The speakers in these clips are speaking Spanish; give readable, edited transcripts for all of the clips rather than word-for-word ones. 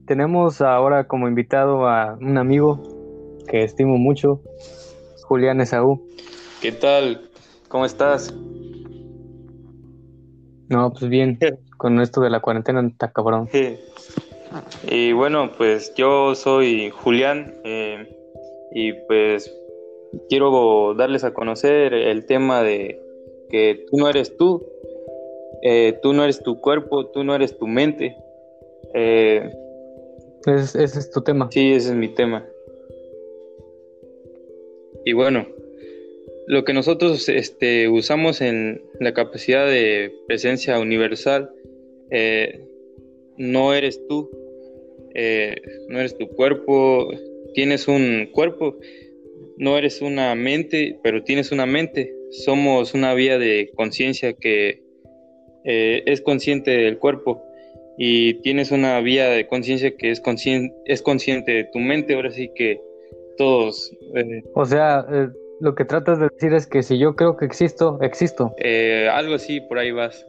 tenemos ahora como invitado a un amigo que estimo mucho, Julián Esaú. ¿Qué tal? ¿Cómo estás? No, pues bien, con esto de la cuarentena está cabrón. Y bueno, pues yo soy Julián y pues quiero darles a conocer el tema de que tú no eres tu cuerpo, tú no eres tu mente. Eh, Ese es tu tema. sí, ese es mi tema. Y bueno, lo que nosotros usamos en la capacidad de presencia universal, eh, no eres tú. eh, no eres tu cuerpo, tienes un cuerpo, no eres una mente, pero tienes una mente. Somos una vía de conciencia que es consciente del cuerpo y tienes una vía de conciencia que es consciente de tu mente. Ahora sí que todos, O sea, lo que tratas de decir es que si yo creo que existo, existo. algo así, por ahí vas.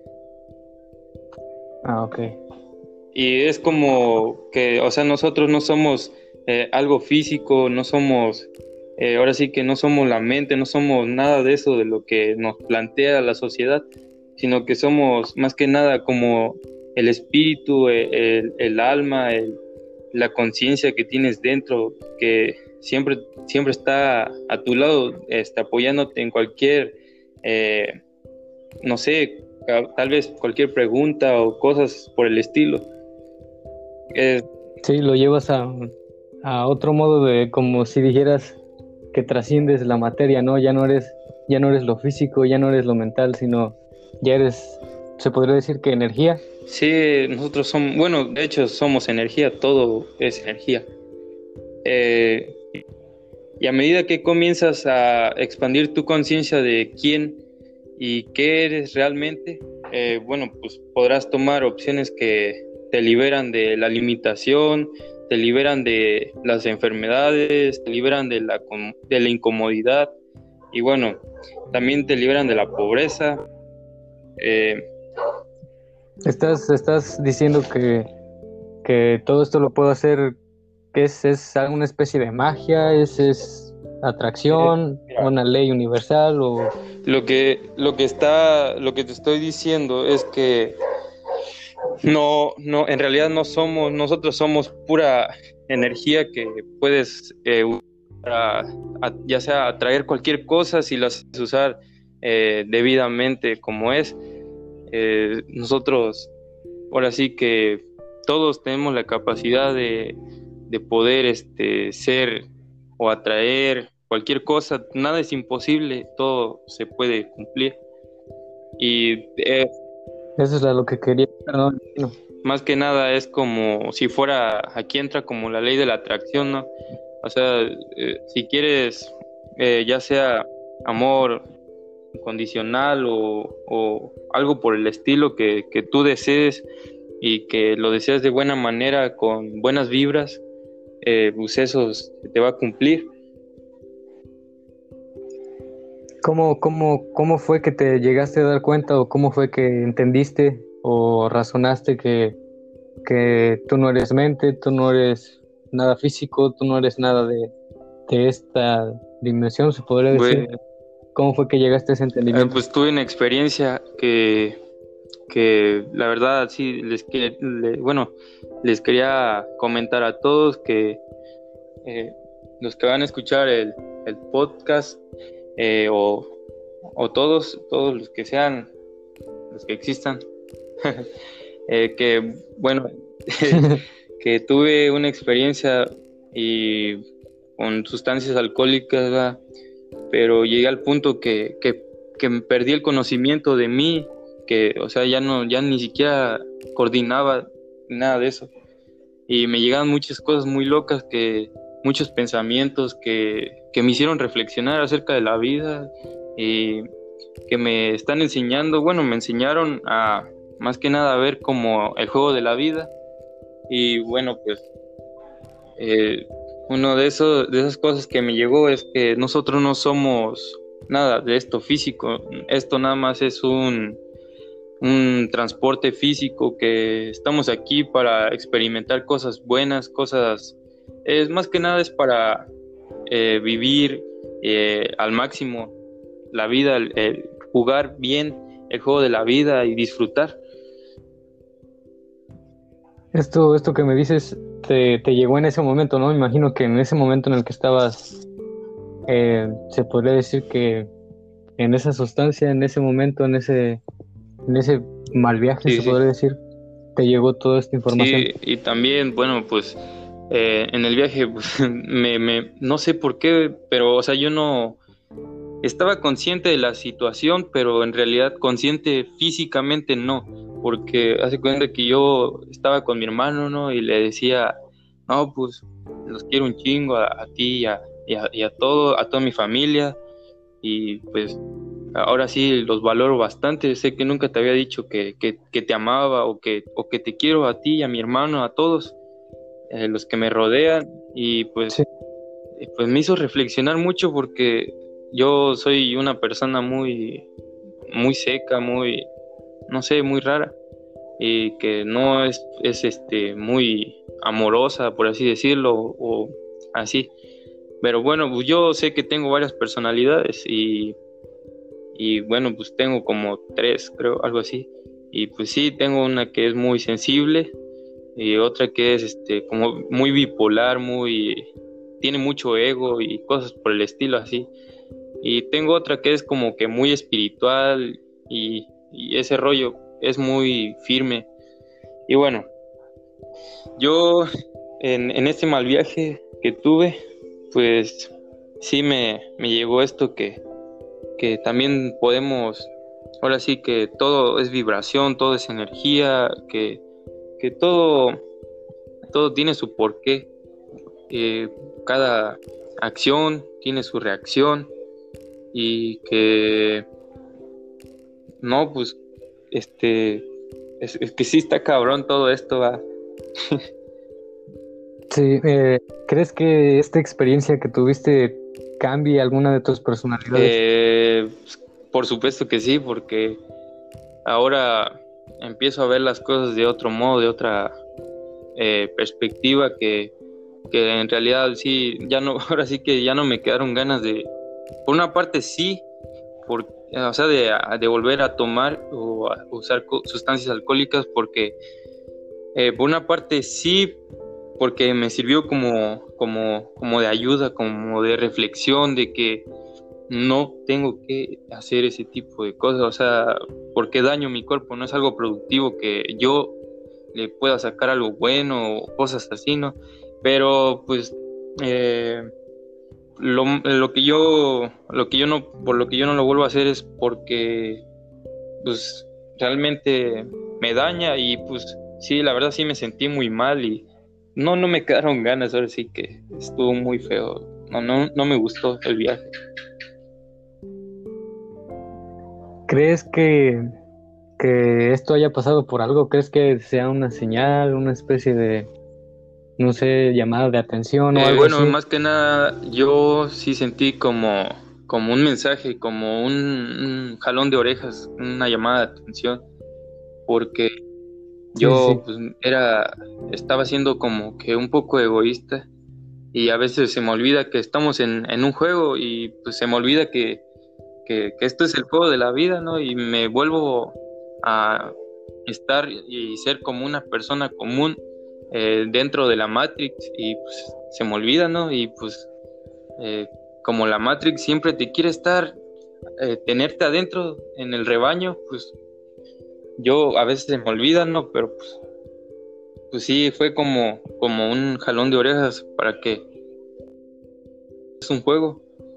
Ah, ok. Y es como que, o sea, nosotros no somos algo físico, no somos, ahora sí que no somos la mente, no somos nada de eso de lo que nos plantea la sociedad, sino que somos más que nada como el espíritu, el alma, la conciencia que tienes dentro, que siempre está a tu lado, apoyándote en cualquier, eh, no sé, tal vez cualquier pregunta o cosas por el estilo. Eh, Sí, lo llevas a otro modo de como si dijeras que trasciendes la materia, ¿no? Ya no eres lo físico, ya no eres lo mental, sino ya eres, se podría decir que energía. Sí, nosotros somos, bueno, de hecho somos energía, todo es energía. Eh, y a medida que comienzas a expandir tu conciencia de quién y qué eres realmente, bueno, pues podrás tomar opciones que te liberan de la limitación, te liberan de las enfermedades, te liberan de la incomodidad y bueno, también te liberan de la pobreza. Eh, Estás diciendo que todo esto lo puedo hacer, que es alguna especie de magia, es atracción, Mira, una ley universal o... lo que te estoy diciendo es que en realidad no somos, nosotros somos pura energía que puedes ya sea atraer cualquier cosa si las sabes usar debidamente como es. Nosotros, ahora sí que todos tenemos la capacidad de poder ser o atraer cualquier cosa, nada es imposible, todo se puede cumplir. Y Eso es lo que quería, ¿no? No. más que nada es como si fuera, aquí entra como la ley de la atracción, ¿no? O sea, si quieres, ya sea amor incondicional o algo por el estilo que tú desees y que lo deseas de buena manera, con buenas vibras, pues eso se te va a cumplir. ¿Cómo fue que te llegaste a dar cuenta o cómo fue que entendiste o razonaste que tú no eres mente, tú no eres nada físico, tú no eres nada de esta dimensión, se podría decir? Bueno, ¿Cómo fue que llegaste a ese entendimiento? pues tuve una experiencia que la verdad sí bueno, les quería comentar a todos que eh, los que van a escuchar el podcast eh, o, o todos los que sean, los que existan, que bueno, que tuve una experiencia y con sustancias alcohólicas, ¿verdad? Pero llegué al punto que me perdí el conocimiento de mí, que, o sea, ya ni siquiera coordinaba nada de eso. Y me llegaban muchas cosas muy locas, muchos pensamientos que me hicieron reflexionar acerca de la vida y que me están enseñando, bueno, me enseñaron a más que nada a ver como el juego de la vida. Y bueno, pues eh, de esas cosas que me llegó es que nosotros no somos nada de esto físico, esto nada más es un transporte físico, que estamos aquí para experimentar cosas buenas, es más que nada es para vivir al máximo la vida, el jugar bien el juego de la vida y disfrutar. Esto que me dices te llegó en ese momento, ¿no? Imagino que en ese momento en el que estabas, se podría decir que en esa sustancia, en ese momento, en ese mal viaje, Sí, se sí. podría decir, te llegó toda esta información. Sí, y también, bueno, pues en el viaje, pues, no sé por qué, pero, o sea, yo no estaba consciente de la situación, pero en realidad consciente físicamente no, porque hace cuenta que yo estaba con mi hermano, ¿no? Y le decía, no, pues los quiero un chingo a ti y a toda mi familia, y pues ahora sí los valoro bastante. Sé que nunca te había dicho que te amaba o que te quiero a ti y a mi hermano, a todos los que me rodean, y Sí, pues me hizo reflexionar mucho, porque yo soy una persona muy, muy seca, muy, no sé, muy rara, y que no es muy amorosa, por así decirlo, o así. Pero bueno, pues yo sé que tengo varias personalidades, y bueno, pues tengo como tres, creo, algo así. Y pues sí, tengo una que es muy sensible, y otra que es como muy bipolar, tiene mucho ego y cosas por el estilo así. Y tengo otra que es como que muy espiritual, y ese rollo es muy firme. Y bueno, yo en este mal viaje que tuve, pues sí me llegó esto, que también podemos, ahora sí que todo es vibración, todo es energía, que todo tiene su porqué. eh, Cada acción tiene su reacción, y que no, pues es que sí está cabrón todo esto, va. sí. ¿Crees que esta experiencia que tuviste cambie alguna de tus personalidades? Pues, por supuesto que sí, porque ahora empiezo a ver las cosas de otro modo, de otra perspectiva, que en realidad sí, ya no, ahora sí que ya no me quedaron ganas por una parte sí, o sea, de volver a tomar o a usar sustancias alcohólicas, porque por una parte sí, porque me sirvió como de ayuda, como de reflexión, de que no tengo que hacer ese tipo de cosas, o sea, porque daño mi cuerpo, no es algo productivo que yo le pueda sacar algo bueno o cosas así, ¿no? Pero pues eh, lo que yo no, por lo que yo no lo vuelvo a hacer, es porque pues realmente me daña, y pues sí, la verdad sí me sentí muy mal, y no me quedaron ganas, ahora sí que estuvo muy feo, no me gustó el viaje. ¿Crees que esto haya pasado por algo? ¿Crees que sea una señal, una especie de, no sé, llamada de atención o algo Bueno, así? más que nada, yo sí sentí como un mensaje, como un jalón de orejas, una llamada de atención, porque Sí, sí, yo sí. pues estaba siendo como que un poco egoísta, y a veces se me olvida que estamos en un juego, y pues se me olvida que esto es el juego de la vida, ¿no? Y me vuelvo a estar y ser como una persona común dentro de la Matrix, y pues se me olvida, ¿no? Y pues eh, como la Matrix siempre te quiere tenerte adentro en el rebaño, pues yo a veces se me olvida, ¿no? Pero pues sí, fue como un jalón de orejas para que es un juego.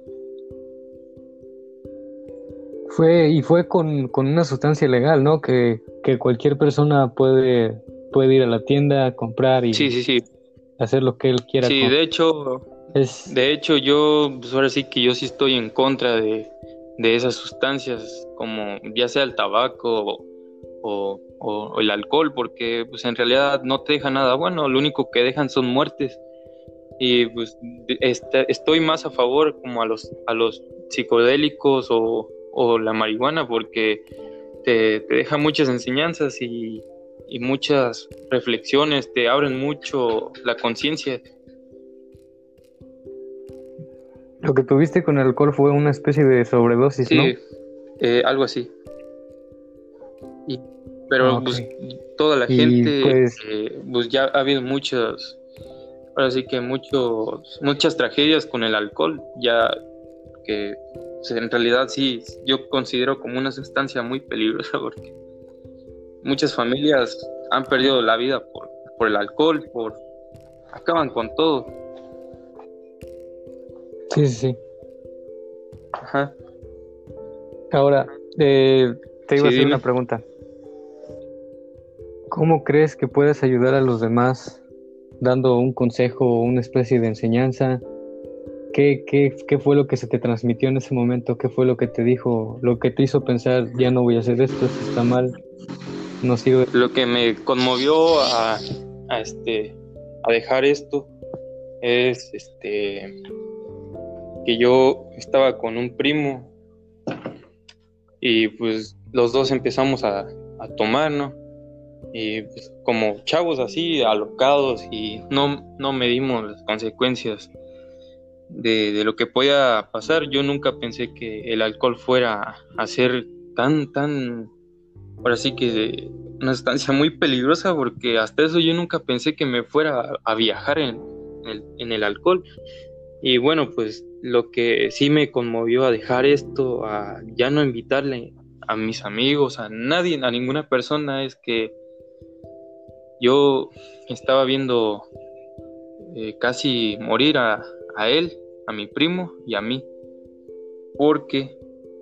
Fue con una sustancia legal, ¿no? Que cualquier persona puede ir a la tienda a comprar Sí, y sí, sí. hacer lo que él quiera Sí, con. de hecho, Es, de hecho yo, pues ahora sí que yo sí estoy en contra de esas sustancias, como ya sea el tabaco o el alcohol, porque pues en realidad no te deja nada bueno, lo único que dejan son muertes. Y pues estoy más a favor como a los psicodélicos o la marihuana, porque te deja muchas enseñanzas y muchas reflexiones, te abren mucho la conciencia. Lo que tuviste con el alcohol fue una especie de sobredosis, ¿no? Sí, algo así. Y, pero Ok. pues toda la Y gente, pues, pues ya ha habido ahora sí que muchas tragedias con el alcohol, ya que pues, en realidad sí, yo considero como una sustancia muy peligrosa porque muchas familias han perdido la vida por el alcohol, acaban con todo. sí, sí, sí. Ajá. Ahora, te iba a Sí, hacer dime. una pregunta. ¿Cómo crees que puedes ayudar a los demás dando un consejo o una especie de enseñanza? ¿Qué fue lo que se te transmitió en ese momento? ¿Qué fue lo que te dijo? Lo que te hizo pensar, ya no voy a hacer esto está mal, no sirve. Lo que me conmovió a dejar esto es que yo estaba con un primo y pues los dos empezamos a tomar, ¿no? Y pues, como chavos así, alocados y no medimos las consecuencias de lo que podía pasar. Yo nunca pensé que el alcohol fuera a ser tan, ahora sí que una sustancia muy peligrosa, porque hasta eso yo nunca pensé que me fuera a viajar en el alcohol. Y bueno, pues lo que sí me conmovió a dejar esto, a ya no invitarle a mis amigos, a nadie, a ninguna persona, es que yo estaba viendo casi morir a él, a mi primo y a mí, porque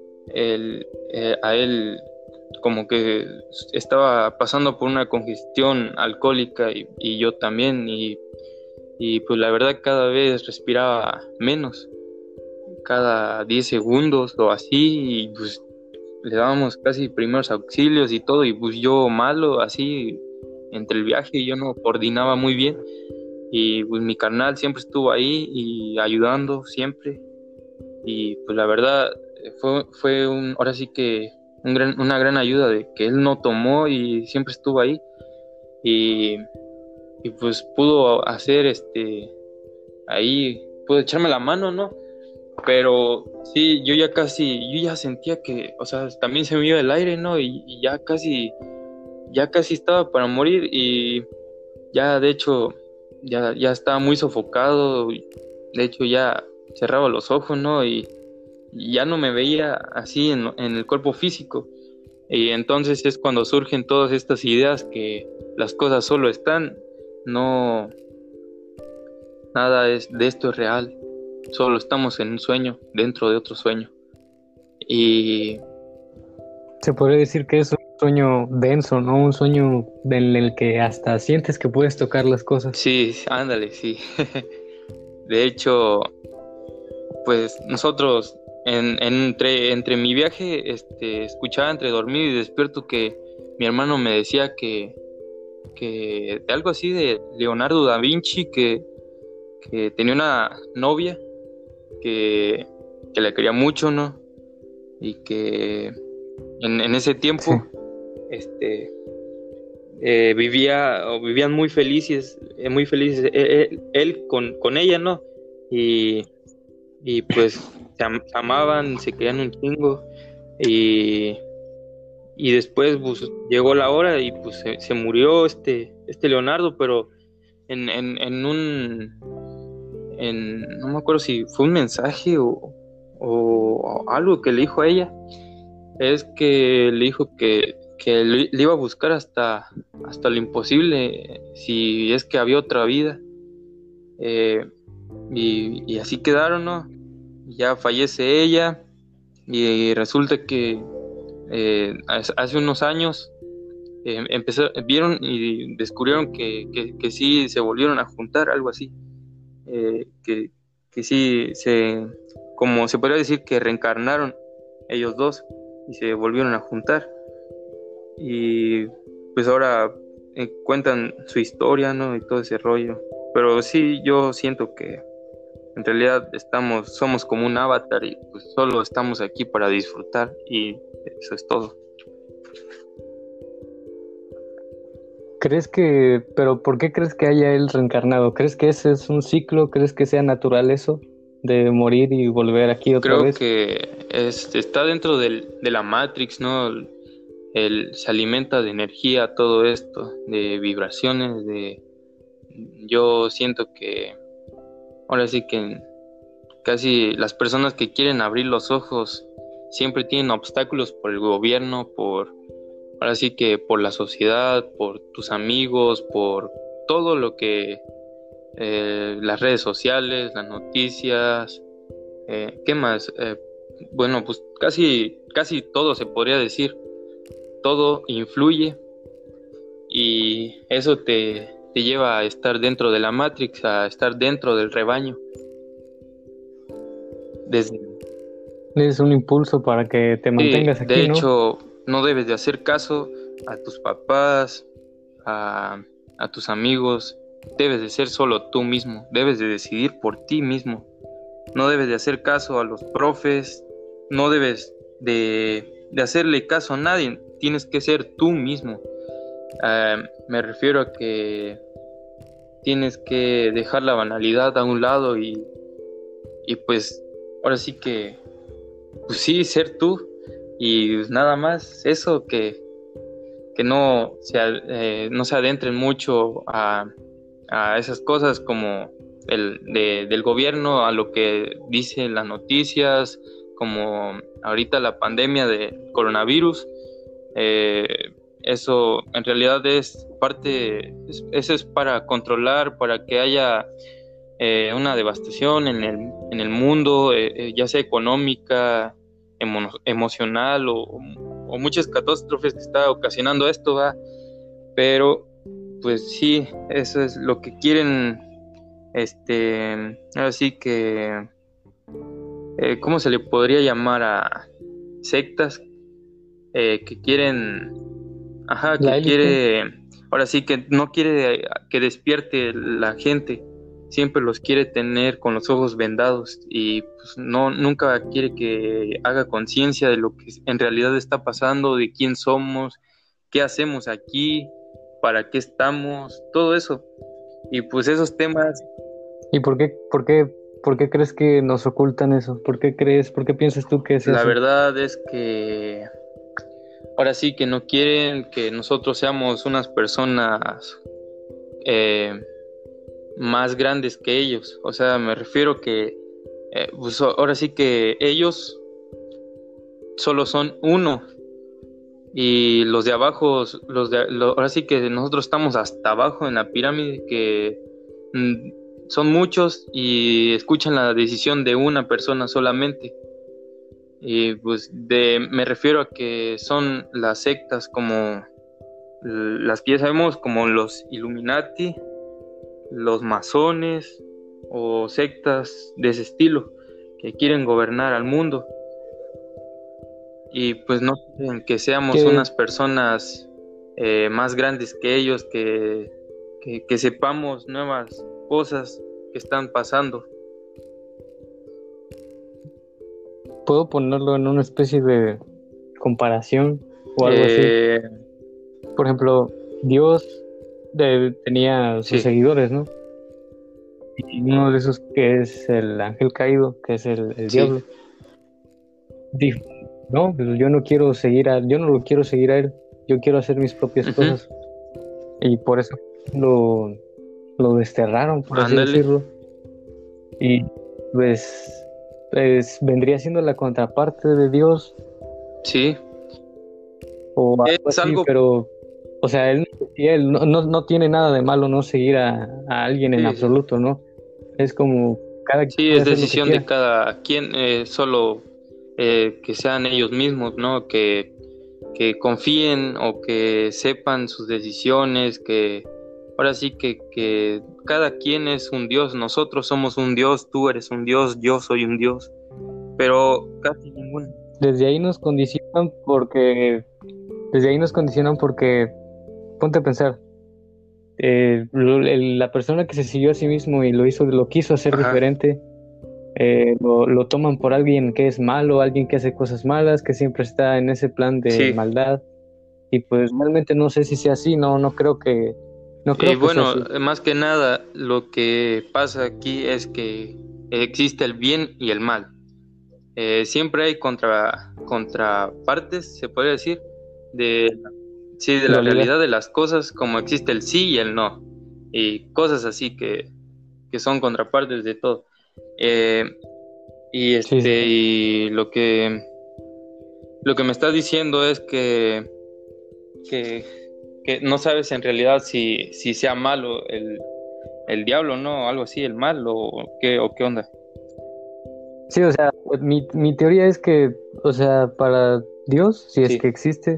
a él como que estaba pasando por una congestión alcohólica y yo también, y pues la verdad cada vez respiraba menos, cada 10 segundos o así, y pues le dábamos casi primeros auxilios y todo, y pues yo malo así entre el viaje, yo no coordinaba muy bien, y pues mi carnal siempre estuvo ahí y ayudando siempre, y pues la verdad fue ahora sí que una gran ayuda de que él no tomó y siempre estuvo ahí, y, y pues pudo hacer ahí, pudo echarme la mano, ¿no? Pero sí, yo ya sentía que, o sea, también se me iba el aire, ¿no? Y ya casi estaba para morir y ya de hecho ya estaba muy sofocado, de hecho ya cerraba los ojos, ¿no? Y ya no me veía así en el cuerpo físico. Y entonces es cuando surgen todas estas ideas que las cosas solo están, no, nada de esto es real, solo estamos en un sueño, dentro de otro sueño. Y Se podría decir que es un sueño denso, ¿no? Un sueño en el que hasta sientes que puedes tocar las cosas. sí, ándale, sí. De hecho, pues nosotros entre mi viaje, escuchaba entre dormido y despierto que mi hermano me decía que de algo así de Leonardo da Vinci, que tenía una novia que, que la quería mucho, ¿no? Y que en ese Sí. tiempo, este, vivían muy felices él con ella, ¿no? Y, y pues se amaban, se querían un chingo, y, y después pues, llegó la hora y pues se murió este Leonardo, pero en no me acuerdo si fue un mensaje o algo que le dijo a ella, es que le dijo que le iba a buscar hasta lo imposible, si es que había otra vida, eh, y así quedaron, ¿no? Ya fallece ella y resulta que hace unos años vieron y descubrieron que sí se volvieron a juntar, algo así, eh, que, que sí como se podría decir que reencarnaron ellos dos y se volvieron a juntar. Y pues ahora cuentan su historia, ¿no? Y todo ese rollo. Pero sí, yo siento que en realidad somos como un avatar y pues solo estamos aquí para disfrutar y eso es todo. ¿Crees que, pero por qué crees que haya él reencarnado? ¿Crees que ese es un ciclo? ¿Crees que sea natural eso de morir y volver aquí otra Creo vez? que está dentro de la Matrix, ¿no? Se alimenta de energía todo esto, de vibraciones, yo siento que ahora sí que casi las personas que quieren abrir los ojos siempre tienen obstáculos por el gobierno, ahora sí que por la sociedad, por tus amigos, por todo lo que las redes sociales, las noticias, ¿qué más? Bueno, pues casi todo se podría decir, todo influye y eso te lleva a estar dentro de la Matrix, a estar dentro del rebaño. Desde, Es un impulso para que te sí, mantengas de aquí, ¿no? hecho, no debes de hacer caso a tus papás, a, a tus amigos, debes de ser solo tú mismo, debes de decidir por ti mismo, no debes de hacer caso a los profes, no debes de hacerle caso a nadie, tienes que ser tú mismo. Me refiero a que tienes que dejar la banalidad a un lado y pues ahora sí que, pues sí, ser tú y pues nada más eso, que no se adentren mucho a esas cosas como del gobierno, a lo que dicen las noticias, como ahorita la pandemia de coronavirus. Eh, Eso en realidad es parte, eso es para controlar, para que haya una devastación en el mundo, ya sea económica, emocional o muchas catástrofes que está ocasionando esto, ¿va? Pero pues sí, eso es lo que quieren, así que, ¿cómo se le podría llamar a sectas que quieren, ajá, La que élite. quiere, ahora sí que no quiere que despierte la gente, siempre los quiere tener con los ojos vendados y pues no, nunca quiere que haga conciencia de lo que en realidad está pasando, de quién somos, qué hacemos aquí, para qué estamos, todo eso. Y pues esos temas, ¿Y por qué crees que nos ocultan eso? ¿Por qué piensas tú que es la eso? verdad es que ahora sí que no quieren que nosotros seamos unas personas eh, más grandes que ellos. O sea, me refiero que pues ahora sí que ellos solo son uno y los de abajo, ahora sí que nosotros estamos hasta abajo en la pirámide, que mm, son muchos y escuchan la decisión de una persona solamente. Y pues me refiero a que son las sectas como las que ya sabemos, como los Illuminati, los masones o sectas de ese estilo que quieren gobernar al mundo y pues no quieren que seamos Que unas personas más grandes que ellos, que sepamos nuevas cosas que están pasando. puedo ponerlo en una especie de comparación o algo así. Eh, Por ejemplo, Dios tenía sus sí, seguidores, ¿no? Y uno de esos que es el ángel caído, que es el sí. diablo, dijo, no, pues yo no lo quiero seguir a él, yo quiero hacer mis propias Uh-huh. cosas. Y por eso lo, lo desterraron, por así Ándale, decirlo. Y pues vendría siendo la contraparte de Dios sí. o algo Es así, algo, pero, o sea, él no tiene nada de malo no seguir a alguien en sí, sí. absoluto, ¿no? Es como cada quien Sí, puede es hacer lo que decisión de quiera. cada quien, solo que sean ellos mismos, ¿no? Que confíen o que sepan sus decisiones, que ahora sí que cada quien es un dios, nosotros somos un dios, tú eres un dios, yo soy un dios, pero casi ninguno. Desde ahí nos condicionan porque, desde ahí nos condicionan porque, ponte a pensar, la persona que se siguió a sí mismo y lo quiso hacer Ajá, diferente, lo toman por alguien que es malo, alguien que hace cosas malas, que siempre está en ese plan de sí, maldad. y pues realmente no sé si sea así, no creo que Bueno, sea así. más que nada, lo que pasa aquí es que existe el bien y el mal. Siempre hay contrapartes, se podría decir, de, sí, de la Dualidad. realidad de las cosas, como existe el sí y el no, y cosas así que son contrapartes de todo. Eh, Sí, sí. y lo que me estás diciendo es que, que no sabes en realidad si sea malo el diablo, ¿no? Algo así, el mal, o qué onda. Sí, o sea, mi teoría es que, o sea, para Dios, si es Sí, que existe,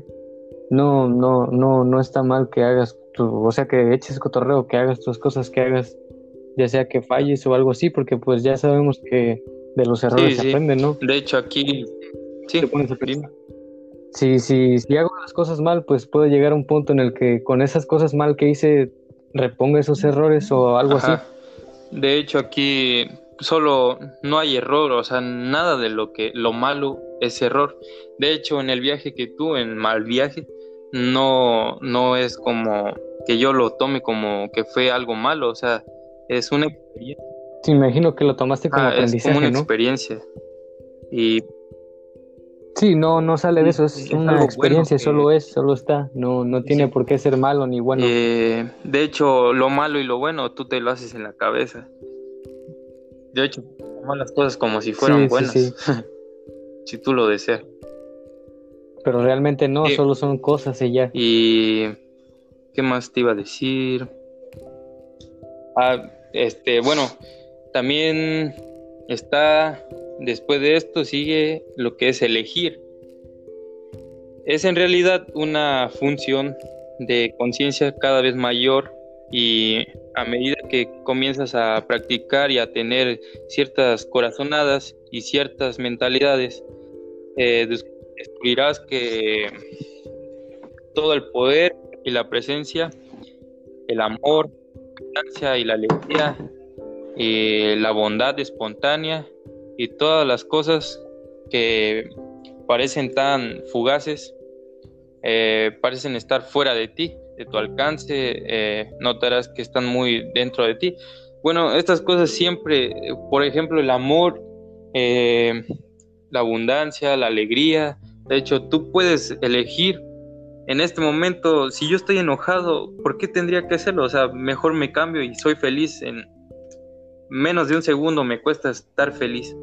no está mal que hagas o sea, que eches cotorreo, que hagas tus cosas, que hagas, ya sea que falles o algo así, porque pues ya sabemos que de los errores sí, se sí. aprende, ¿no? De hecho, aquí, Te sí, pones a dime. pensar. Si hago las cosas mal, pues puede llegar a un punto en el que con esas cosas mal que hice reponga esos errores o algo Ajá. así. De hecho, aquí solo no hay error, o sea, nada de lo malo es error. De hecho, en el viaje que tú, en mal viaje, no es como que yo lo tome como que fue algo malo, o sea, es una experiencia, Sí, me imagino que lo tomaste como es como una aprendizaje, ¿no? experiencia y Sí, no sale de sí, eso, es es una algo bueno experiencia, que solo está, no tiene sí. por qué ser malo ni bueno. De hecho, lo malo y lo bueno tú te lo haces en la cabeza. De hecho, toma las cosas como si fueran Sí, sí, buenas, sí, si tú lo deseas. pero realmente no, Sí. solo son cosas y ya. ¿Y qué más te iba a decir? Bueno, también está, después de esto sigue lo que es elegir. Es en realidad una función de conciencia cada vez mayor y a medida que comienzas a practicar y a tener ciertas corazonadas y ciertas mentalidades, descubrirás que todo el poder y la presencia, el amor, la abundancia y la alegría, la bondad espontánea y todas las cosas que parecen tan fugaces, parecen estar fuera de ti, de tu alcance, notarás que están muy dentro de ti. Bueno, estas cosas siempre, por ejemplo, el amor, eh, la abundancia, la alegría, de hecho, tú puedes elegir en este momento, si yo estoy enojado, ¿por qué tendría que hacerlo? O sea, mejor me cambio y soy feliz. En menos de un segundo me cuesta estar feliz.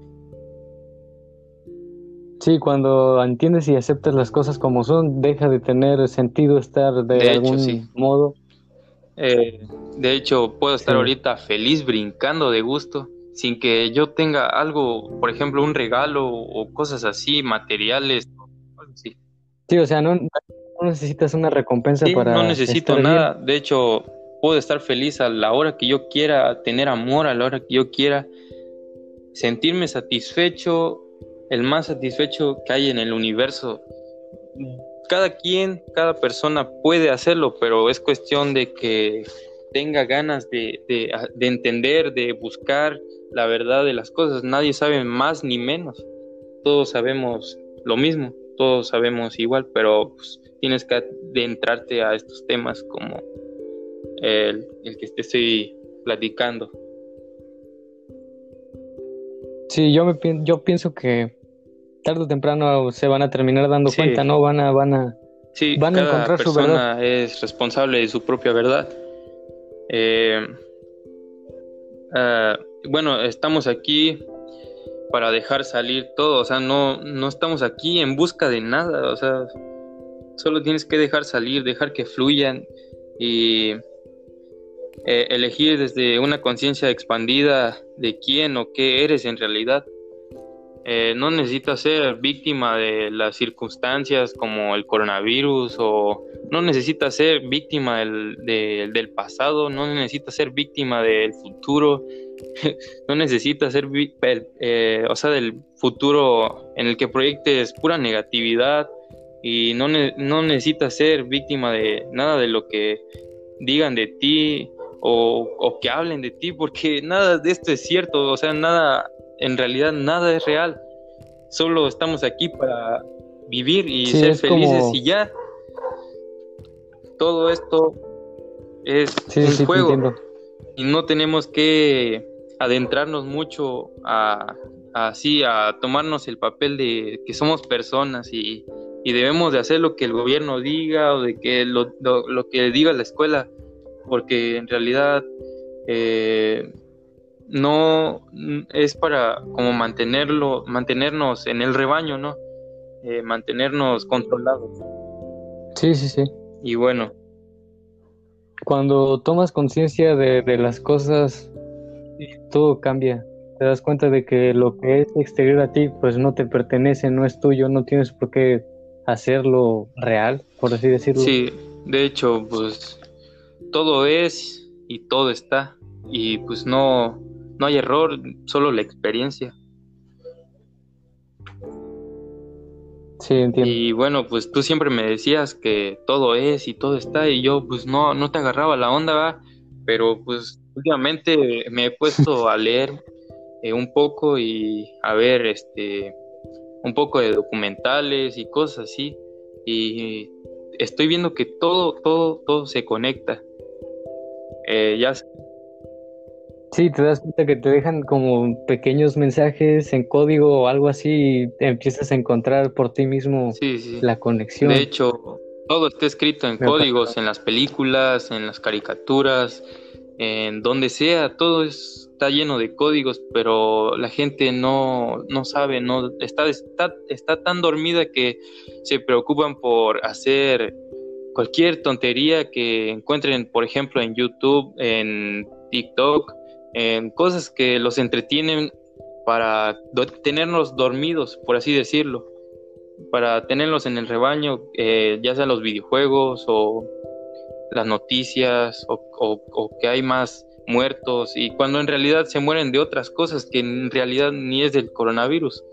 Sí, cuando entiendes y aceptas las cosas como son, deja de tener sentido estar de De hecho, sí. algún modo. Eh, de hecho, puedo estar Sí, ahorita feliz brincando de gusto sin que yo tenga algo, por ejemplo, un regalo o cosas así, materiales. Cosas así. sí, o sea, no necesitas una recompensa Sí, no para necesito estar bien. nada. De hecho, puedo estar feliz a la hora que yo quiera, tener amor a la hora que yo quiera, sentirme satisfecho, el más satisfecho que hay en el universo. Cada quien, cada persona puede hacerlo, pero es cuestión de que tenga ganas de entender, de buscar la verdad de las cosas. Nadie sabe más ni menos. Todos sabemos lo mismo, todos sabemos igual, pero pues, tienes que adentrarte a estos temas como el que te estoy platicando. Sí, yo pienso que tarde o temprano se van a terminar dando Sí, cuenta, ¿no? sí, Van a cada encontrar su verdad. persona es responsable de su propia verdad. Eh, ah, bueno, estamos aquí para dejar salir todo, o sea, no estamos aquí en busca de nada, o sea, solo tienes que dejar salir, dejar que fluyan y elegir desde una conciencia expandida de quién o qué eres en realidad. No necesitas ser víctima de las circunstancias como el coronavirus o no necesitas ser víctima del pasado, no necesitas ser víctima del futuro, no necesitas ser, o sea, del futuro en el que proyectes pura negatividad y no necesitas ser víctima de nada de lo que digan de ti o que hablen de ti, porque nada de esto es cierto, o sea, nada, en realidad nada es real, solo estamos aquí para vivir y Sí, ser es felices y como, ya. todo esto es un Sí, te juego entiendo. y no tenemos que adentrarnos mucho a tomarnos el papel de que somos personas y debemos de hacer lo que el gobierno diga o de que lo que diga la escuela, porque en realidad no es para como mantenernos en el rebaño, ¿no? Mantenernos controlados. Sí. Y bueno, Cuando tomas conciencia de las cosas, todo cambia. Te das cuenta de que lo que es exterior a ti, pues no te pertenece, no es tuyo, no tienes por qué hacerlo real, por así decirlo. sí, de hecho, pues todo es y todo está. Y pues no hay error, solo la experiencia. Sí, entiendo. Y bueno, pues tú siempre me decías que todo es y todo está, y yo pues no te agarraba la onda, ¿va? Pero pues últimamente me he puesto a leer un poco y a ver un poco de documentales y cosas así, y estoy viendo que todo se conecta. Ya Sí, te das cuenta que te dejan como pequeños mensajes en código o algo así y te empiezas a encontrar por ti mismo sí. la De conexión. hecho, todo está escrito en Me ha códigos, pasado. en las películas, en las caricaturas, en donde sea, está lleno de códigos, pero la gente no sabe, no está tan dormida que se preocupan por hacer cualquier tontería que encuentren, por ejemplo, en YouTube, en TikTok, en cosas que los entretienen para tenernos dormidos, por así decirlo, para tenerlos en el rebaño, ya sea los videojuegos o las noticias o que hay más muertos, y cuando en realidad se mueren de otras cosas que en realidad ni es del coronavirus.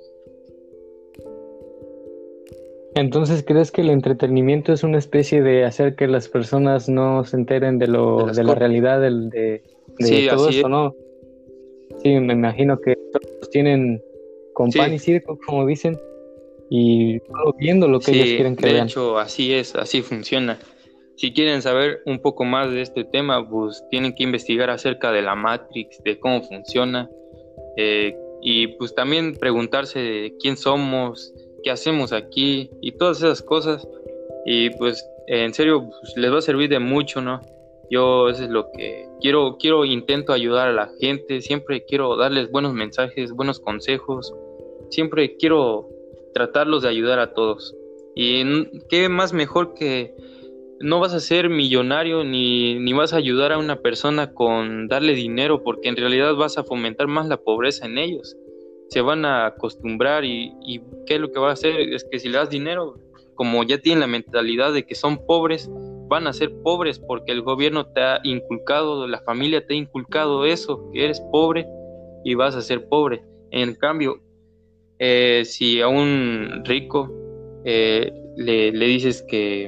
Entonces, ¿crees que el entretenimiento es una especie de hacer que las personas no se enteren De las de la cosas. realidad de Sí, todo así es. esto, ¿no? Sí, me imagino que todos tienen con pan Sí, y circo, como dicen, y solo viendo lo que ellos sí, quieren que de vean. hecho así es, así funciona. Si quieren saber un poco más de este tema, pues tienen que investigar acerca de la Matrix, de cómo funciona, y pues también preguntarse de quién somos, qué hacemos aquí y todas esas cosas. Y pues en serio, pues, les va a servir de mucho, ¿no? Yo eso es lo que intento ayudar a la gente, siempre quiero darles buenos mensajes, buenos consejos, siempre quiero tratarlos de ayudar a todos. Y qué más mejor que no vas a ser millonario ni vas a ayudar a una persona con darle dinero, porque en realidad vas a fomentar más la pobreza en ellos. Se van a acostumbrar y ¿qué es lo que va a hacer? Es que si le das dinero, como ya tienen la mentalidad de que son pobres, van a ser pobres porque el gobierno te ha inculcado, la familia te ha inculcado eso, que eres pobre y vas a ser pobre. En cambio, si a un rico le dices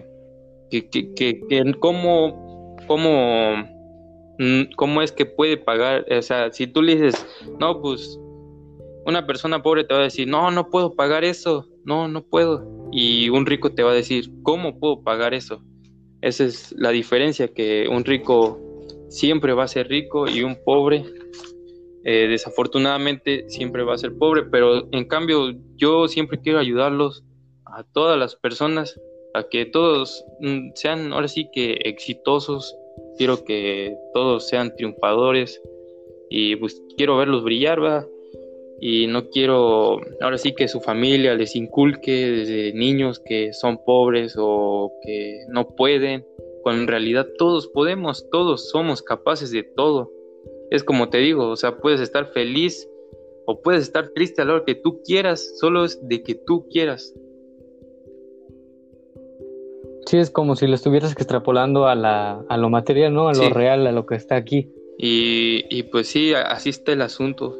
que cómo es que puede pagar, o sea, si tú le dices, no, pues una persona pobre te va a decir, no puedo pagar eso, no puedo, y un rico te va a decir, ¿cómo puedo pagar eso? Esa es la diferencia, que un rico siempre va a ser rico y un pobre, desafortunadamente, siempre va a ser pobre, pero en cambio yo siempre quiero ayudarlos a todas las personas a que todos sean ahora sí que exitosos, quiero que todos sean triunfadores y pues quiero verlos brillar, ¿va? Y no quiero ahora sí que su familia les inculque desde niños que son pobres o que no pueden, cuando en realidad todos podemos, todos somos capaces de todo. Es como te digo, o sea, puedes estar feliz o puedes estar triste a la hora que tú quieras, solo es de que tú quieras. Sí, es como si lo estuvieras extrapolando a lo material, ¿no? A lo Sí, real, a lo que está aquí. y pues sí, así está el asunto.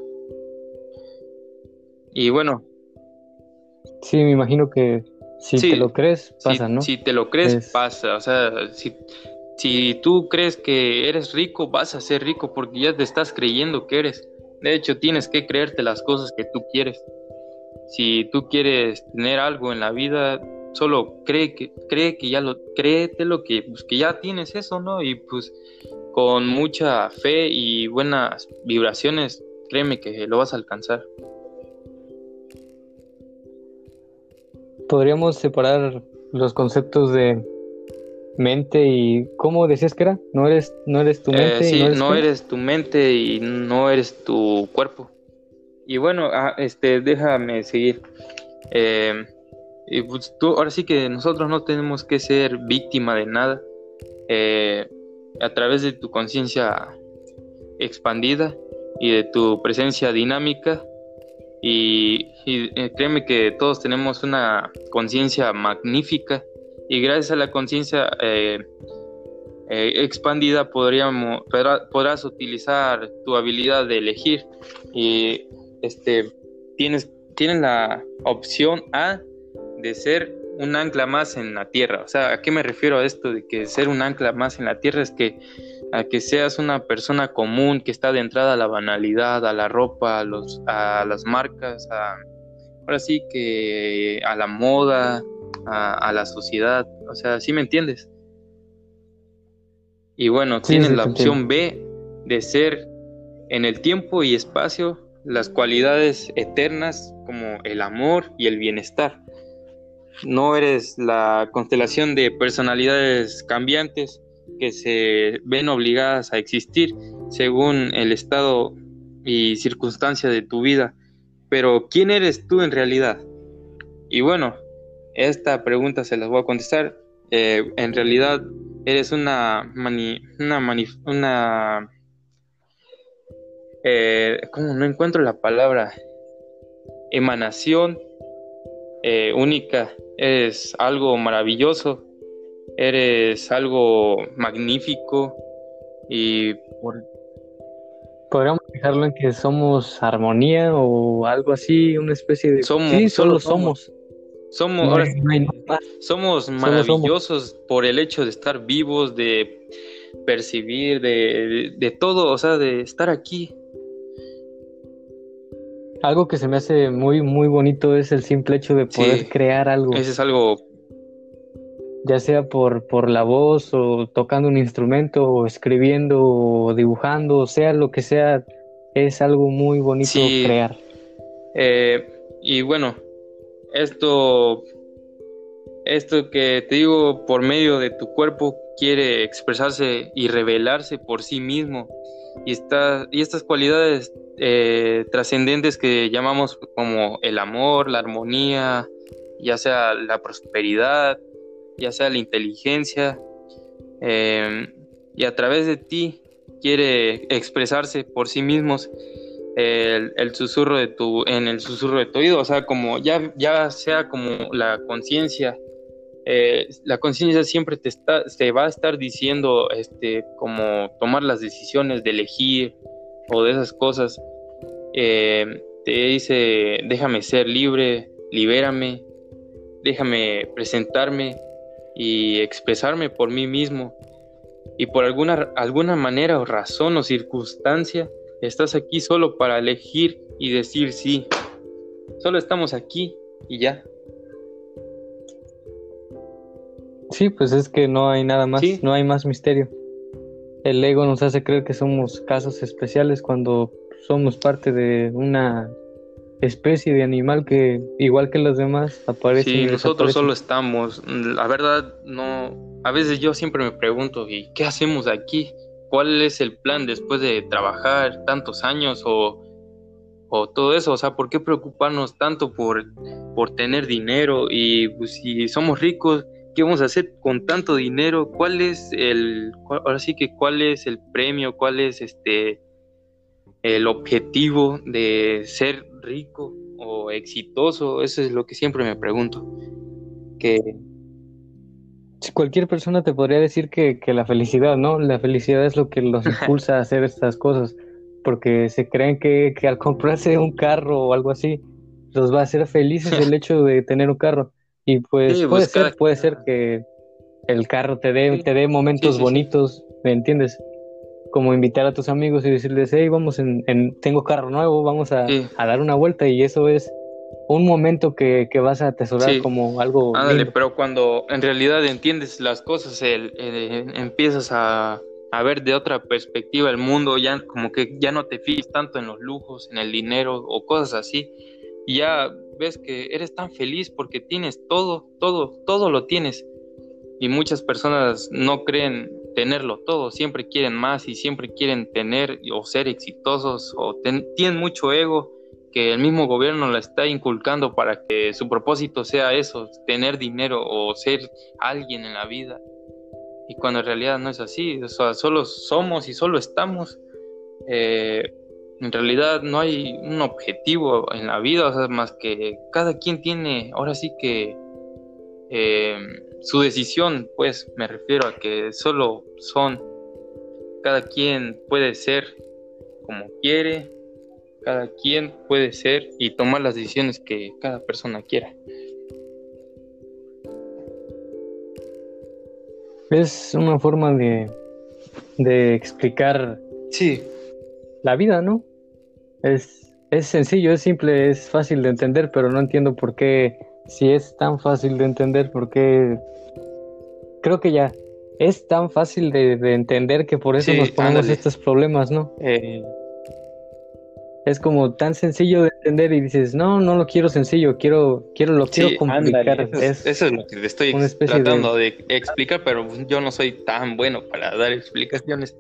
Y bueno, Sí, me imagino que si te sí, lo crees, pasa, ¿no? si te lo crees, Es, pasa. O sea, si tú crees que eres rico, vas a ser rico porque ya te estás creyendo que eres. De hecho, tienes que creerte las cosas que tú quieres. Si tú quieres tener algo en la vida, solo cree que ya créetelo que, pues, que ya tienes eso, ¿no? Y pues con mucha fe y buenas vibraciones, créeme que lo vas a alcanzar. Podríamos separar los conceptos de mente y ¿cómo decías que era? No eres tu mente y Sí, no eres no ¿qué? eres tu mente y no eres tu cuerpo. Y bueno, déjame seguir. Eh, y pues ahora sí que nosotros no tenemos que ser víctima de nada. Eh, a través de tu conciencia expandida y de tu presencia dinámica, créeme que todos tenemos una conciencia magnífica, y gracias a la conciencia expandida podrás utilizar tu habilidad de elegir, y tienes la opción A de ser un ancla más en la tierra. O sea, ¿a qué me refiero a esto de que ser un ancla más en la tierra? Es que a que seas una persona común que está adentrada a la banalidad, a la ropa, a las marcas, ahora sí que a la moda, a la sociedad. O sea, ¿sí me entiendes? Y bueno, Sí, tienes sí, la te entiendo. opción B de ser en el tiempo y espacio las cualidades eternas como el amor y el bienestar. No eres la constelación de personalidades cambiantes que se ven obligadas a existir según el estado y circunstancia de tu vida. Pero ¿quién eres tú en realidad? Y bueno, esta pregunta se las voy a contestar. En realidad eres ¿cómo no encuentro la palabra? Emanación única. Eres algo maravilloso, eres algo magnífico y Podríamos dejarlo en que somos armonía o algo así, una especie de... Sí, solo solo somos. No ahora hay, no hay nada más, somos solo somos. maravillosos por el hecho de estar vivos, de percibir, de todo, o sea, de estar aquí. Algo que se me hace muy, muy bonito es el simple hecho de poder Sí, crear algo, ese es algo, ya sea por la voz o tocando un instrumento o escribiendo o dibujando, o sea lo que sea, es algo muy bonito sí, crear. y bueno, esto que te digo por medio de tu cuerpo quiere expresarse y revelarse por sí mismo, y estas cualidades trascendentes que llamamos como el amor, la armonía, ya sea la prosperidad, ya sea la inteligencia, eh, y a través de ti quiere expresarse por sí mismos el susurro en el susurro de tu oído. O sea, como ya sea como la conciencia siempre te va a estar diciendo como tomar las decisiones de elegir o de esas cosas. Te dice: déjame ser libre, libérame, déjame presentarme y expresarme por mí mismo. Y por alguna manera o razón o circunstancia, estás aquí solo para elegir y decir sí. Solo estamos aquí y ya. Sí, pues es que no hay nada más, Sí, no hay más misterio. El ego nos hace creer que somos casos especiales cuando somos parte de una especie de animal que, igual que los demás, aparecen sí, y nosotros desaparecen. solo estamos. La verdad, no. A veces yo siempre me pregunto: ¿y qué hacemos aquí? ¿Cuál es el plan después de trabajar tantos años o todo eso? O sea, ¿por qué preocuparnos tanto por tener dinero? Y pues, si somos ricos, ¿qué vamos a hacer con tanto dinero? Ahora sí que cuál es el premio? ¿Cuál es el objetivo de ser rico o exitoso? Eso es lo que siempre me pregunto. Que Si cualquier persona te podría decir que la felicidad, ¿no? La felicidad es lo que los impulsa a hacer estas cosas, porque se creen que al comprarse un carro o algo así, los va a hacer felices el hecho de tener un carro. Y pues sí, pues cada puede ser que el carro te dé sí, momentos sí, sí. bonitos, ¿me entiendes? Como invitar a tus amigos y decirles, hey, vamos tengo carro nuevo, vamos Sí, a dar una vuelta, y eso es un momento que vas a atesorar Sí, como algo ándale, lindo. pero cuando en realidad entiendes las cosas, empiezas a ver de otra perspectiva el mundo, ya como que ya no te fijas tanto en los lujos, en el dinero o cosas así, y ya ves que eres tan feliz porque tienes todo, todo, todo lo tienes, y muchas personas no creen tenerlo todo, siempre quieren más y siempre quieren tener o ser exitosos o tienen mucho ego que el mismo gobierno la está inculcando para que su propósito sea eso, tener dinero o ser alguien en la vida. Y cuando en realidad no es así, o sea, solo somos y solo estamos. Eh, en realidad no hay un objetivo en la vida, o sea, más que cada quien tiene, ahora sí que eh, su decisión, pues me refiero a que solo son, cada quien puede ser como quiere, cada quien puede ser y tomar las decisiones que cada persona quiera. Es una forma de explicar Sí, la vida, ¿no? Es sencillo, es simple, es fácil de entender, pero no entiendo por qué, si es tan fácil de entender, por qué creo que ya es tan fácil de entender que por eso nos sí, ponemos ándale. estos problemas, ¿no? Eh, Es como tan sencillo de entender y dices, no, no lo quiero sencillo, lo quiero sí, ándale. complicar. Eso es lo que te estoy Una especie de, tratando de explicar, pero yo no soy tan bueno para dar explicaciones.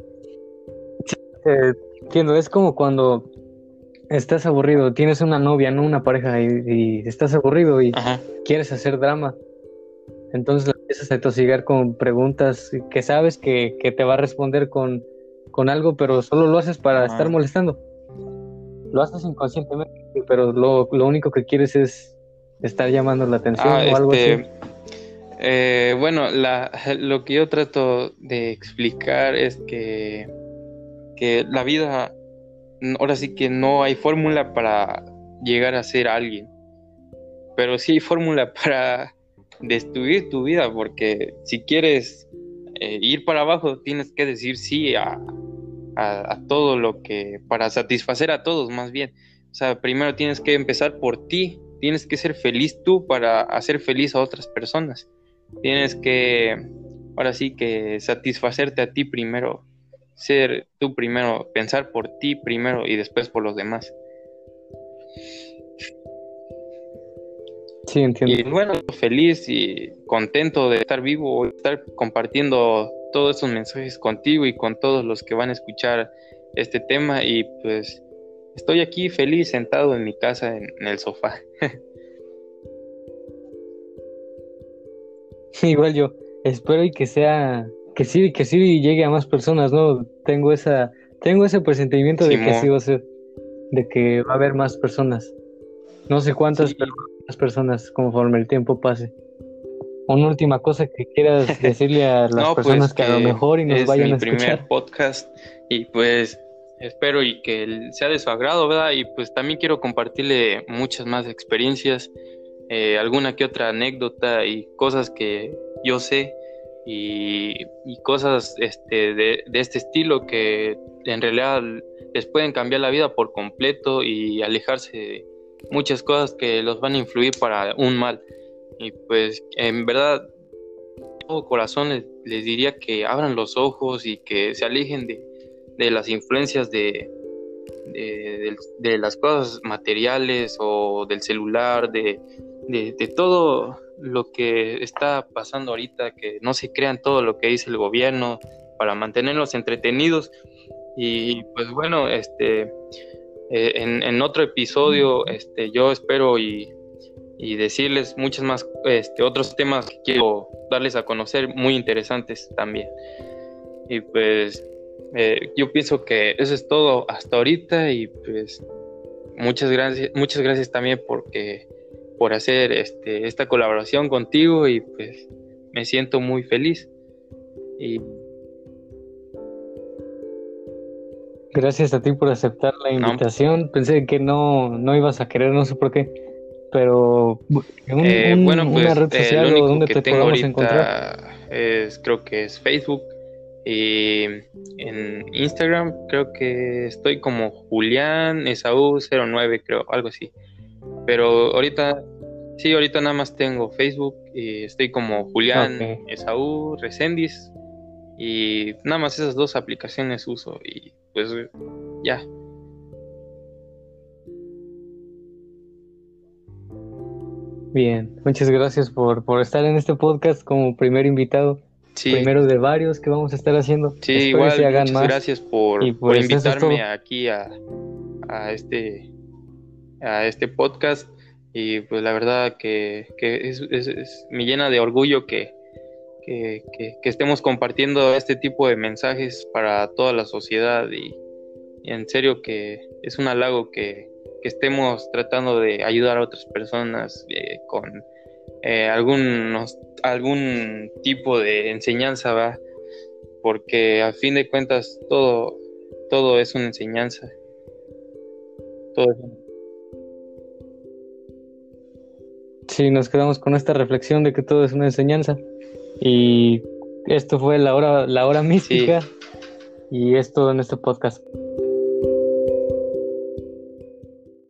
entiendo, es como cuando estás aburrido, tienes una novia, no una pareja y estás aburrido y Ajá. quieres hacer drama. Entonces la empiezas a atosigar con preguntas que sabes que te va a responder con algo, pero solo lo haces para estar Ah, molestando. Lo haces inconscientemente, pero lo único que quieres es estar llamando la atención o algo así. bueno, lo que yo trato de explicar es que la vida, ahora sí que no hay fórmula para llegar a ser alguien, pero sí hay fórmula para destruir tu vida, porque si quieres ir para abajo, tienes que decir sí a todo lo que, para satisfacer a todos más bien. O sea, primero tienes que empezar por ti, tienes que ser feliz tú para hacer feliz a otras personas. Tienes que, ahora sí que satisfacerte a ti primero, ser tú primero, pensar por ti primero y después por los demás. Sí, entiendo. Y bueno, feliz y contento de estar vivo, de estar compartiendo todos estos mensajes contigo y con todos los que van a escuchar este tema. Y pues estoy aquí feliz sentado en mi casa en el sofá. Igual yo espero y que sea, que sí llegue a más personas, ¿no? Tengo ese presentimiento de que así Simón, va a ser, de que va a haber más personas. No sé cuántas, pero sí, más personas conforme el tiempo pase. Una última cosa que quieras decirle a las no, pues personas que a lo que mejor y nos es vayan mi a primer escuchar. podcast y pues espero y que sea de su agrado, ¿verdad? Y pues también quiero compartirle muchas más experiencias, alguna que otra anécdota y cosas que yo sé y cosas de este estilo que en realidad les pueden cambiar la vida por completo y alejarse de muchas cosas que los van a influir para un mal. Y pues en verdad, todo corazón les diría que abran los ojos y que se alejen de las influencias de las cosas materiales o del celular, de todo lo que está pasando ahorita, que no se crean todo lo que dice el gobierno para mantenerlos entretenidos. Y pues bueno, en otro episodio, yo espero y decirles muchos más otros temas que quiero darles a conocer muy interesantes también. Y pues yo pienso que eso es todo hasta ahorita y pues muchas gracias también por hacer esta colaboración contigo y pues me siento muy feliz. Y Gracias a ti por aceptar la no, invitación. Pensé que no ibas a querer, no sé por qué, pero bueno, una pues red lo social o único donde que te tengo podamos encontrar. ahorita creo que es Facebook y en Instagram creo que estoy como Julián Esaú 09 creo, algo así. Pero ahorita, sí, ahorita nada más tengo Facebook y estoy como Julián Ok. Esaú Recendis y nada más esas dos aplicaciones uso y pues ya. Bien, muchas gracias por estar en este podcast como primer invitado, Sí, primero de varios que vamos a estar haciendo. sí, Espero y se igual, hagan muchas más. gracias Y por pues eso es invitarme todo. aquí a este podcast y pues la verdad que me llena de orgullo que estemos compartiendo este tipo de mensajes para toda la sociedad y en serio que es un halago que estemos tratando de ayudar a otras personas con algún tipo de enseñanza, ¿va? Porque a fin de cuentas todo es una enseñanza. Todo es Sí, nos quedamos con esta reflexión de que todo es una enseñanza. Y esto fue la hora Sí, mística y es todo en este podcast.